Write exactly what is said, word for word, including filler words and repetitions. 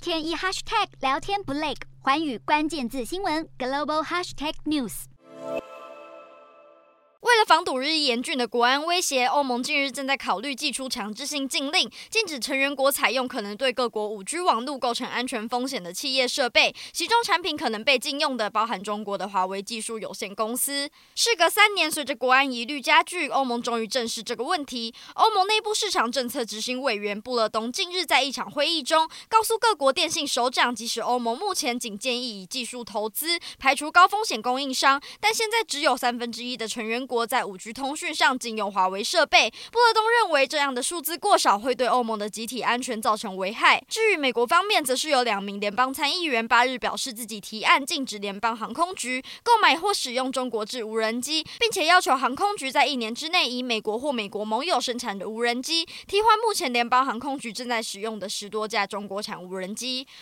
天一 hashtag 聊天不累，寰宇关键字新闻 global hashtag news。 为了防堵日益严峻的国安威胁，欧盟近日正在考虑祭出强制性禁令，禁止成员国采用可能对各国 五 G 网络构成安全风险的企业设备，其中产品可能被禁用的包含中国的华为技术有限公司。事隔三年，随着国安疑虑加剧，欧盟终于正视这个问题。欧盟内部市场政策执行委员布勒东近日在一场会议中，告诉各国电信首长，即使欧盟目前仅建议以技术投资排除高风险供应商，但现在只有三分之一的成员国在 五 G 通讯上禁用华为设备。布勒东认为这样的数字过少，会对欧盟的集体安全造成危害。至于美国方面，则是有两名联邦参议员八日表示自己提案禁止联邦航空局购买或使用中国制无人机，并且要求航空局在一年之内以美国或美国盟友生产的无人机替换目前联邦航空局正在使用的十多架中国产无人机。